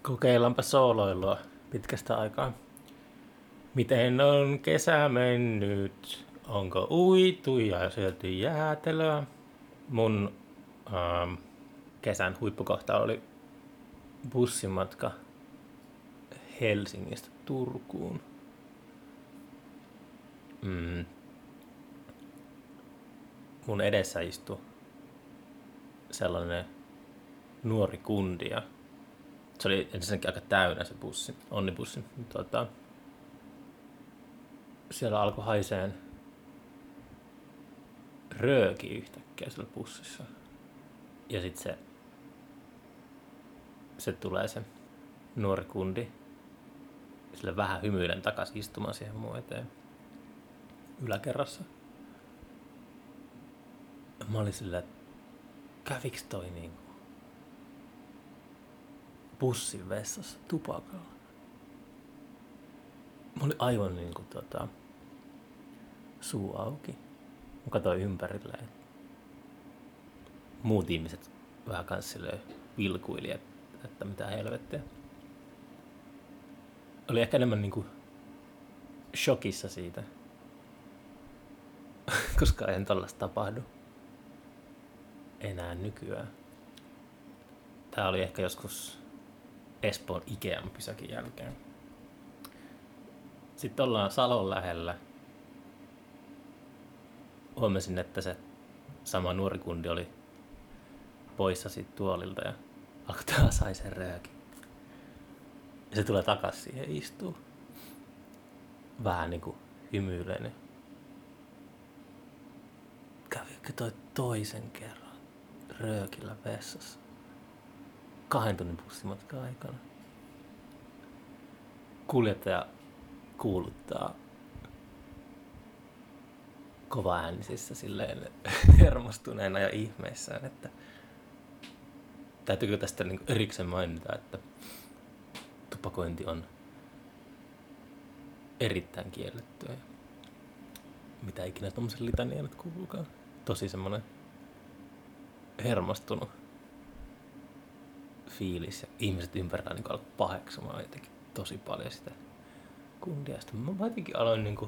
Kokeillaanpa sooloilua pitkästä aikaa. Miten on kesä mennyt? Onko uitu ja syöty jäätelöä? Mun kesän huippukohta oli bussimatka Helsingistä Turkuun. Mun edessä istui sellainen nuori kundi ja se oli ensinnäkin aika täynnä se bussi, onnibussi. Siellä alkoi haiseen rööki yhtäkkiä siellä bussissa. Ja sitten se tulee se nuori kundi sille vähän hymyilen takaisin istumaan siihen mun eteen yläkerrassa. Mä olin silleen, että käviks toi niinku bussin vessassa tupakalla? Mä olin aivan niinku suu auki. Mä katsoin ympärilleen. Muut ihmiset vähän kans silleen vilkuili, että mitä helvettiä. Oli ehkä enemmän niinku shokissa siitä. Koska eihän tollaista tapahdu enää nykyään. Tää oli ehkä joskus Espoon Ikean pysäkin jälkeen. Sitten ollaan Salon lähellä. Huomasin, että se sama nuori kundi oli poissa siitä tuolilta ja alkoi taas haisee rööki. Ja se tulee takas siihen istuu. Vähän niinku hymyileinen. Kävikö toi toisen kerran röökillä vessassa 2 tunnin bussimatkan aikana? Kuljettaja kuuluttaa kovaäänisissä silleen hermostuneena ja ihmeissään, että täytyykö tästä niinku erikseen mainita, että tupakointi on erittäin kiellettyä. Mitä ikinä tommosen litania nyt kuulukaan. Tosi semmonen hermostunut fiilis ja ihmiset ympärillä niin alkoi paheksumaan jotenkin tosi paljon sitä kundia. Sitten mä jotenkin aloin niinku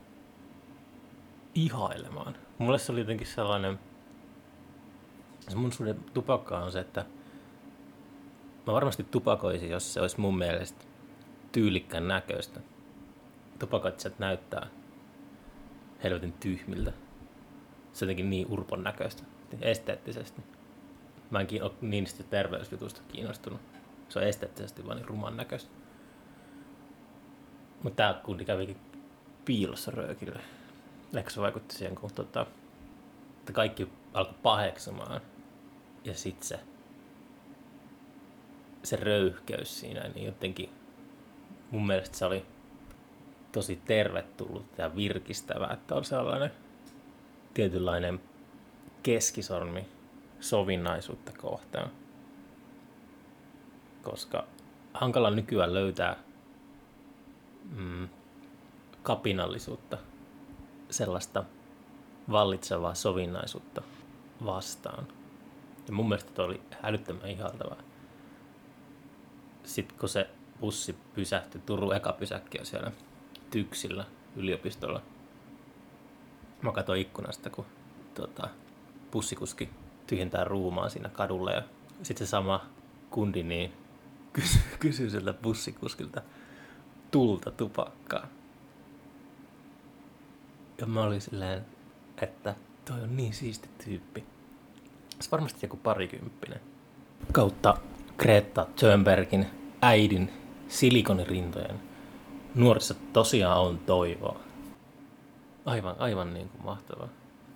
ihailemaan. Mulle se oli jotenkin sellainen, se mun suhde tupakkaan on se, että mä varmasti tupakoisin, jos se olisi mun mielestä tyylikkään näköistä. Tupakoitsijat näyttää helvetin tyhmiltä. Se on jotenkin niin urpon näköistä, esteettisesti. Mä en ole niistä terveysjutusta kiinnostunut. Se on esteettisesti vaan niin ruman näköistä. Mutta tää kundi kävikin piilossa röökille. Ehkä se vaikutti siihen, kun että kaikki alkoi paheksumaan. Ja sit se röyhkeys siinä, niin jotenkin mun mielestä se oli tosi tervetullut ja virkistävää, että on sellainen tietynlainen keskisormi sovinnaisuutta kohtaan. Koska hankala nykyään löytää kapinallisuutta, sellaista vallitsevaa sovinnaisuutta vastaan. Ja mun mielestä toi oli älyttömän ihaltavaa. Sitten kun se bussi pysähtyi, Turun eka pysäkki on siellä Tyksillä yliopistolla. Mä katsoin ikkunasta, kun bussikuski tyhjentää ruumaa siinä kadulla ja sitten se sama kundi niin kysyy siltä bussikuskilta tulta tupakkaa. Ja mä olin silleen, että toi on niin siisti tyyppi. Se varmasti joku 20. Kautta Greta Thunbergin äidin silikonirintojen nuorissa tosiaan on toivoa. Aivan niin kuin mahtavaa.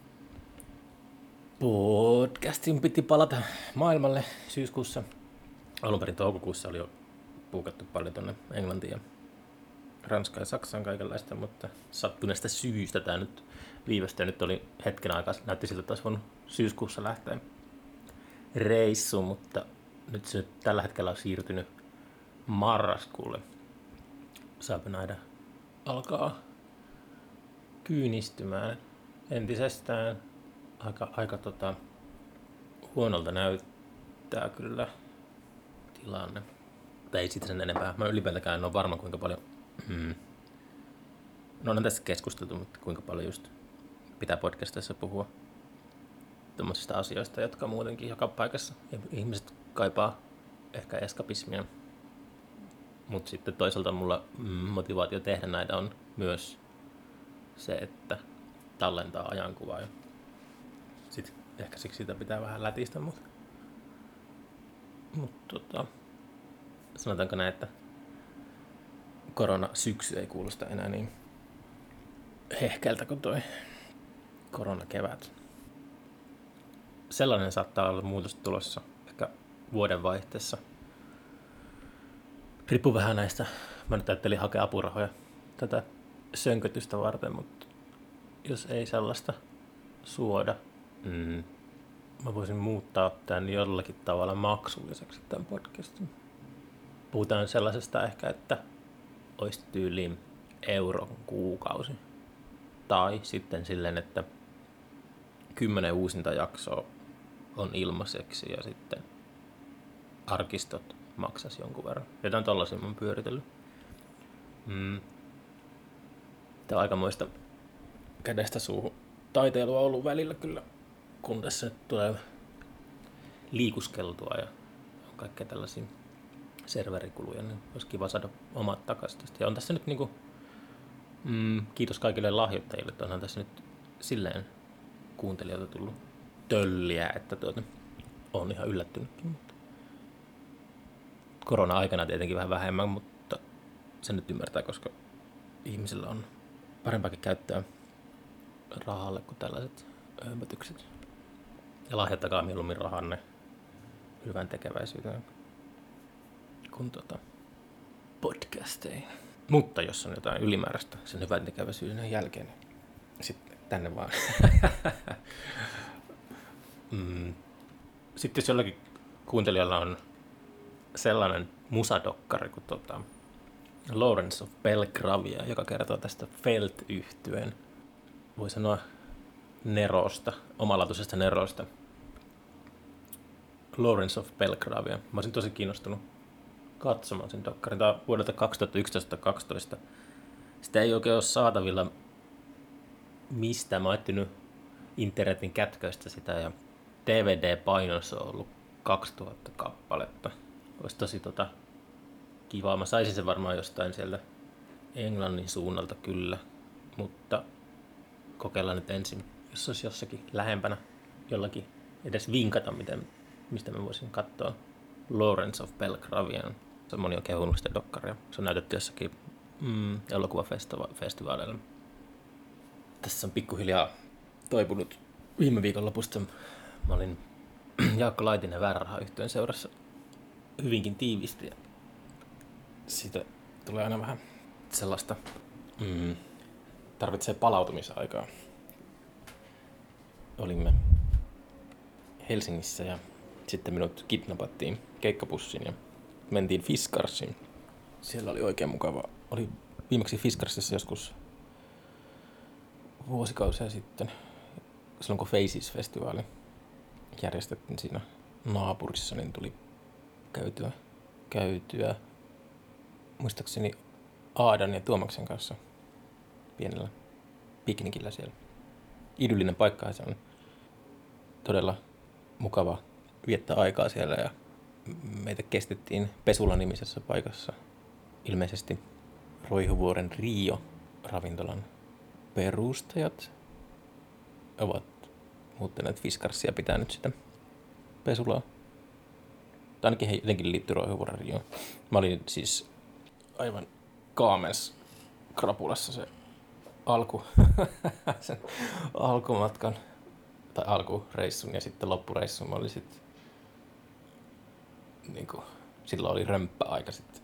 Podcastin piti palata maailmalle syyskuussa. Alun perin toukokuussa oli jo puukattu paljon tonne Englantiin ja Ranskaan ja Saksaan kaikenlaista, mutta sattuneesta syystä tämä nyt viivästyi. Nyt oli hetken aikaa, näytti siltä, että olisi voinut syyskuussa lähteä reissuun, mutta nyt se tällä hetkellä on siirtynyt marraskuulle. Saapi nähdä alkaa kyynistymään entisestään. Aika huonolta näyttää kyllä tilanne. Mutta ei siitä sen enempää. Mä ylipäätään en ole varma, kuinka paljon... No on tässä keskusteltu, mutta kuinka paljon just pitää podcastissa puhua tuommoisista asioista, jotka muutenkin joka paikassa. Ihmiset kaipaa ehkä eskapismia. Mutta sitten toisaalta mulla motivaatio tehdä näitä on myös se, että tallentaa ajankuvaa. Ja sitten ehkä siksi sitä pitää vähän lätistä, mutta sanotaanko näin, että koronasyksy ei kuulosta enää niin hehkeältä kuin toi koronakevät. Sellainen saattaa olla muutos tulossa ehkä vuodenvaihteessa. Riippuu vähän näistä. Mä nyt ajattelin hakea apurahoja tätä sönkötystä varten, mutta jos ei sellaista suoda, mä voisin muuttaa tämän jollakin tavalla maksulliseksi tämän podcastin. Puhutaan sellaisesta ehkä, että olisi tyyliin euron kuukausi. Tai sitten silleen, että 10 uusinta jaksoa on ilmaiseksi ja sitten arkistot maksaisi jonkun verran. Jotain tollaisia mä oon pyöritellyt. Tämä on aikamoista kädestä suuhun taiteilua ollut välillä kyllä, kun tässä tulee liikuskeltua ja on kaikkea tällaisia serverikuluja, niin olisi kiva saada omat takaisin. Ja on tässä nyt niinku, kiitos kaikille lahjoittajille, että onhan tässä nyt silleen kuuntelijoilta tullut tölliä, että on ihan yllättynytkin. Mutta korona-aikana tietenkin vähän vähemmän, mutta sen nyt ymmärtää, koska ihmisillä on parempaakin käyttöä rahalle kuin tällaiset hömpötykset. Ja lahjoittakaa mieluummin rahanne hyvän tekeväisyyteen kuin podcasteihin. Mutta jos on jotain ylimääräistä sen hyvän tekeväisyyden jälkeen, niin sitten tänne vaan. Sitten jos jollakin kuuntelijalla on sellainen musadokkari kuin Lawrence of Belgravia, joka kertoo tästä Felt-yhtyeen, voi sanoa nerosta, omalaatuisesta nerosta. Lawrence of Belgravia. Mä olisin tosi kiinnostunut katsomaan sen dokkarin. Tämä on vuodelta 2011-2012. Sitä ei oikein ole saatavilla mistään. Mä oon etsinyt internetin kätköistä sitä ja DVD-painossa on ollut 2000 kappaletta. Olisi tosi kivaa. Mä saisin sen varmaan jostain siellä Englannin suunnalta kyllä, mutta kokeillaan nyt ensin, jos olisi jossakin lähempänä jollakin edes vinkata, mistä mä voisin katsoa Lawrence of Belgravian. Moni on kehunut sitä dokkaria. Se on näytetty jossakin elokuvafestivaaleilla. Tässä on pikkuhiljaa toipunut viime viikonlopusta. Mä olin Jaakko Laitinen Väärärahayhtyeen seurassa hyvinkin tiivisti. Ja siitä tulee aina vähän sellaista, tarvitsee palautumisaikaa. Olimme Helsingissä ja sitten minut kidnappattiin keikkapussiin ja mentiin Fiskarsiin. Siellä oli oikein mukava. Oli viimeksi Fiskarsissa joskus vuosikausia sitten, silloin kun Faces-festivaali järjestettiin siinä naapurissa, niin tuli käytyä muistaakseni Aadan ja Tuomaksen kanssa pienellä piknikillä siellä. Idyllinen paikka ja se on todella mukava viettää aikaa siellä ja meitä kestettiin Pesula-nimisessä paikassa. Ilmeisesti Roihuvuoren Rio-ravintolan perustajat ovat muuttaneet Fiskarsia ja pitää nyt sitä Pesulaa. Tai ainakin he jotenkin liittyy Roihuvuoren Rioon. Mä olin siis aivan kaamens krapulassa sen alkumatkan tai alkureissun ja sitten loppureissun. Mä olin sitten niinku, silloin oli römppäaika sitten.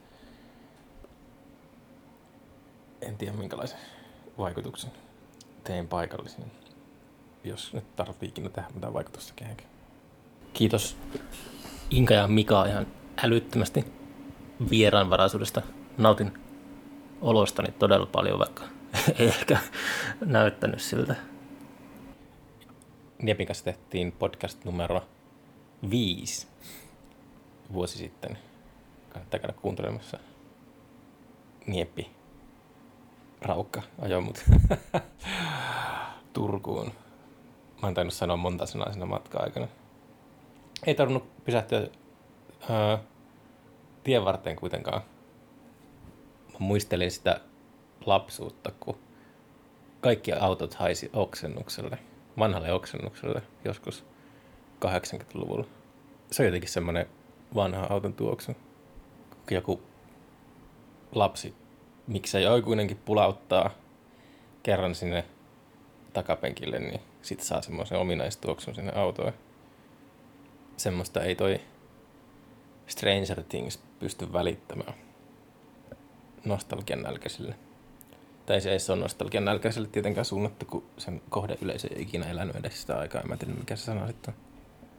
En tiedä minkälaisen vaikutuksen tein paikallisiin, jos nyt tarvitsee ikinä tehdä mitään vaikutusta kehenkään. Kiitos Inka ja Mika ihan älyttömästi vieraanvaraisuudesta. Nautin olostani todella paljon, vaikka ei ehkä näyttänyt siltä. Niepin kanssa tehtiin podcast numero 5 vuosi sitten. Kannattaa käydä kuuntelemassa. Nieppi Raukka ajoi mut Turkuun. Mä oon tainnut sanoa monta sanaa siinä matka-aikana. Ei tarvinnut pysähtyä tien varteen kuitenkaan. Mä muistelin sitä lapsuutta, kun kaikki autot haisi oksennukselle, vanhalle oksennukselle joskus 80-luvulla. Se on jotenkin semmoinen vanha auton tuoksu. Kun joku lapsi, miksei aikuinenkin pulauttaa kerran sinne takapenkille, niin sit saa semmoisen ominaistuoksun sinne autoon. Semmoista ei toi Stranger Things pysty välittämään nostalgian nälkäisille. Tai se ei ole nostalgian nälkäiselle tietenkään suunnattu, kun sen kohdeyleisö ei ikinä elänyt edes sitä aikaa. En mä tiedä, mikä se sana sitten on.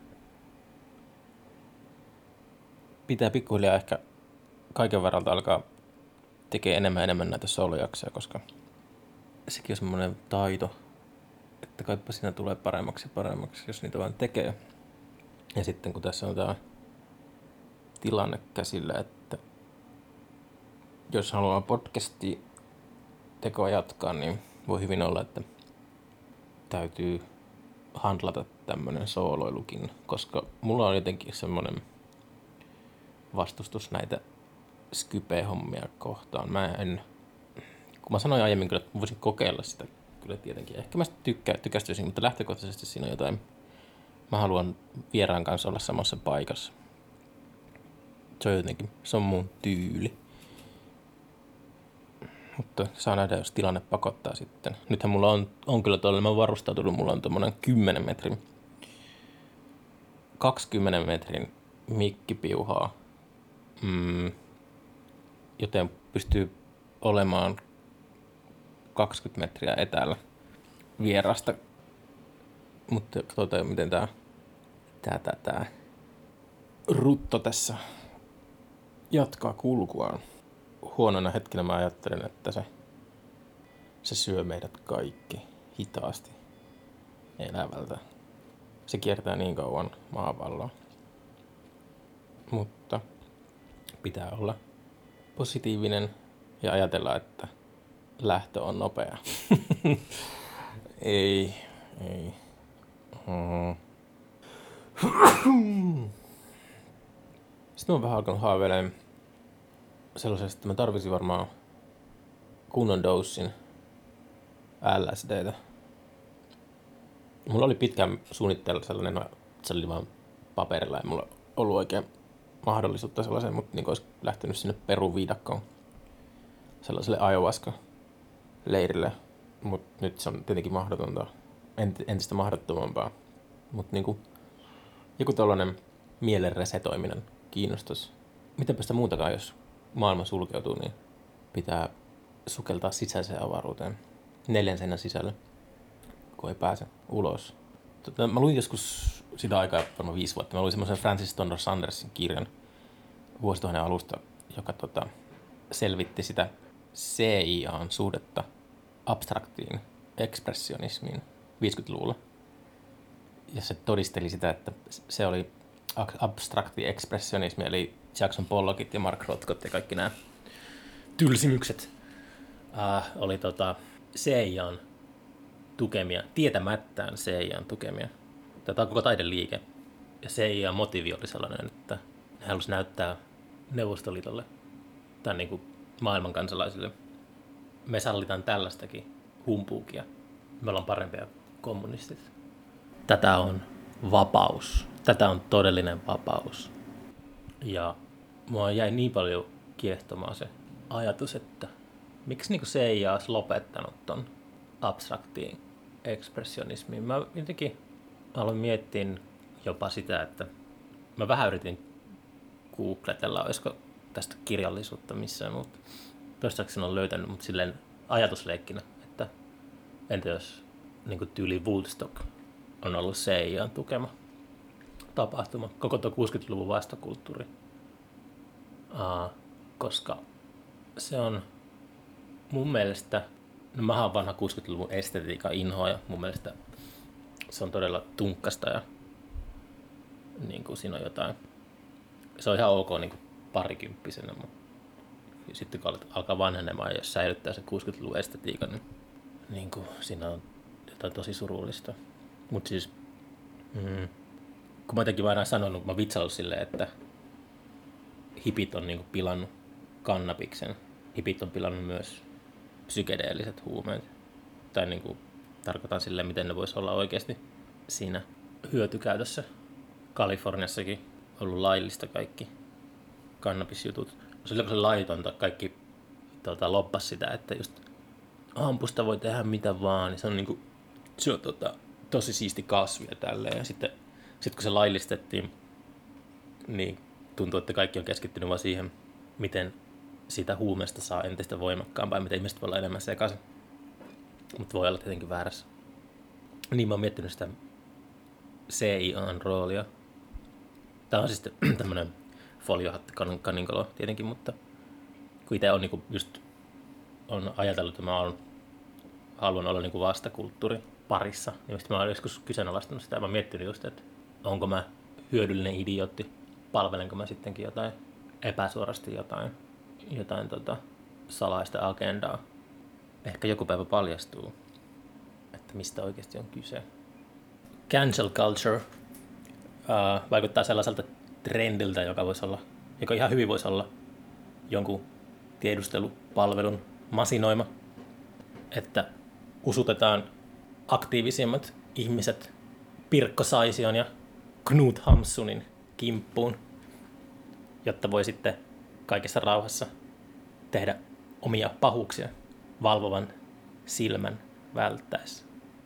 Pitää pikkuhiljaa ehkä kaiken varalta alkaa tekee enemmän näitä solojaksoja, koska sekin on semmoinen taito, että kaipa siinä tulee paremmaksi, jos niitä vaan tekee. Ja sitten kun tässä on tämä tilanne käsillä, että jos haluaa podcastia tekoa jatkaa, niin voi hyvin olla, että täytyy handlata tämmöinen sooloilukin, koska mulla on jotenkin semmoinen vastustus näitä Skype-hommia kohtaan. Kun mä sanoin aiemmin kyllä, että voisin kokeilla sitä kyllä tietenkin. Ehkä mä tykästyisin, mutta lähtökohtaisesti siinä on jotain. Mä haluan vieraan kanssa olla samassa paikassa. Se on mun tyyli. Mutta saa nähdä, jos tilanne pakottaa sitten. Nythän mulla on kyllä mä varustautunut, mulla on tommonen 20 metrin mikkipiuhaa. Joten pystyy olemaan 20 metriä etäällä vierasta. Mutta katsotaan, miten tää rutto tässä jatkaa kulkuaan. Huonona hetkenä mä ajattelen, että se syö meidät kaikki hitaasti elävältä. Se kiertää niin kauan maapalloa. Mutta pitää olla positiivinen ja ajatella, että lähtö on nopea. Ei. Sitten mä vähän alkanut haaveilemaan sellaisesta, että mä tarvisin varmaan kunnon doussin LSDtä. Mulla oli pitkään suunnitteilla sellainen, se oli vaan paperilla, ei mulla ollut oikein mahdollisuutta sellaiseen, mutta niin olisi lähtenyt sinne Peru-viidakkoon sellaiselle ayahuasca-leirille. Mutta nyt se on tietenkin mahdotonta, entistä mahdottomampaa. Mutta niin joku tällainen mielen resetoiminen kiinnostus. Mitäpä sitä muutakaan, jos maailma sulkeutuu, niin pitää sukeltaa sisäiseen avaruuteen 4 seinän sisälle, kun ei pääse ulos. Mä luin joskus sitä aikaa, varmaan 5 vuotta, mä luin semmoisen Francis Donner Sandersin kirjan vuosituhannen alusta, joka selvitti sitä CIA:n suhdetta abstraktiin ekspressionismiin 50-luvulla. Ja se todisteli sitä, että se oli abstrakti ekspressionismi, eli Jackson Pollockit ja Mark Rothkot ja kaikki nämä tylsimykset oli CIA:n tukemia, tietämättään CIA:n tukemia. Tätä on koko taideliike. Ja CIA:n motiivi oli sellainen, että he halusivat näyttää Neuvostoliitolle tai niin kuin maailman kansalaisille. Me sallitaan tällaistakin humpuukia. Me ollaan parempia kommunistit. Tätä on vapaus. Tätä on todellinen vapaus. Ja mua jäi niin paljon kiehtomaan se ajatus, että miksi niin CIA olisi lopettanut ton abstraktiin ekspressionismiin. Mä jotenkin aloin miettiä jopa sitä, että mä vähän yritin googletella, olisiko tästä kirjallisuutta missään, mutta toistaiseksi on löytänyt, mutta silleen ajatusleikkinä, että entä jos niin tyyli Woodstock on ollut CIA:n tukema tapahtuma, koko tuo 60-luvun vastakulttuuri, koska se on mun mielestä, no mä oon vanha 60-luvun estetiikan inhoa ja mun mielestä se on todella tunkkasta ja niin kuin siinä on jotain, se on ihan ok niin kuin parikymppisenä. Ja sitten kun alkaa vanhenemaan ja jos säilyttää se 60-luvun estetiikan, niin kuin siinä on jotain tosi surullista. Mutta siis, kun mä jotenkin aina sanonut, mä vitsaillut silleen, että hipit on niin kuin pilannut kannabiksen. Hipit on pilannut myös psykedeelliset huumeet. Tai niin kuin tarkoitan silleen, miten ne vois olla oikeasti siinä hyötykäytössä. Kaliforniassakin ollut laillista kaikki kannabisjutut. Silloin kun se laitonta, kaikki loppas sitä, että just hampusta voi tehdä mitä vaan, niin se on, niinku, se on tosi siisti kasvi ja tälleen. Ja sitten kun se laillistettiin, niin tuntuu, että kaikki on keskittynyt vaan siihen, miten siitä huumeesta saa entistä voimakkaampaa ja miten ihmiset voi olla enemmän sekaisin. Mutta voi olla tietenkin väärässä. Niin mä oon miettinyt sitä CIA:n roolia. Tää on siis tämmönen foliohatti kaninkalo tietenkin, mutta kun itse on niinku just on ajatellut, että mä haluan olla niinku vastakulttuuri parissa, niin mä oon joskus kyseenalaistanut sitä ja mä oon miettinyt just, että onko mä hyödyllinen idiootti, palvelenko mä sittenkin jotain epäsuorasti jotain salaista agendaa. Ehkä joku päivä paljastuu, että mistä oikeasti on kyse. Cancel culture vaikuttaa sellaiselta trendiltä, joka ihan hyvin voisi olla jonkun tiedustelupalvelun masinoima, että usutetaan aktiivisimmat ihmiset Pirkko Saision ja Knut Hamsunin kimppuun, jotta voi sitten kaikessa rauhassa tehdä omia pahuuksia valvovan silmän välttäessä.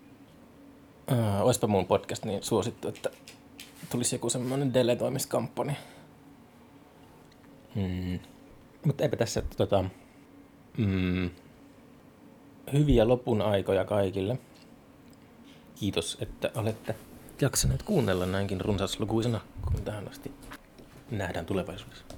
Oispa mun podcast niin suosittu, että tulisi joku semmoinen deletoimiskampanja. Mutta eipä tässä hyviä lopun aikoja kaikille. Kiitos, että olette jaksaneet kuunnella näinkin runsaslukuisena kuin tähän asti. Nähdään tulevaisuudessa.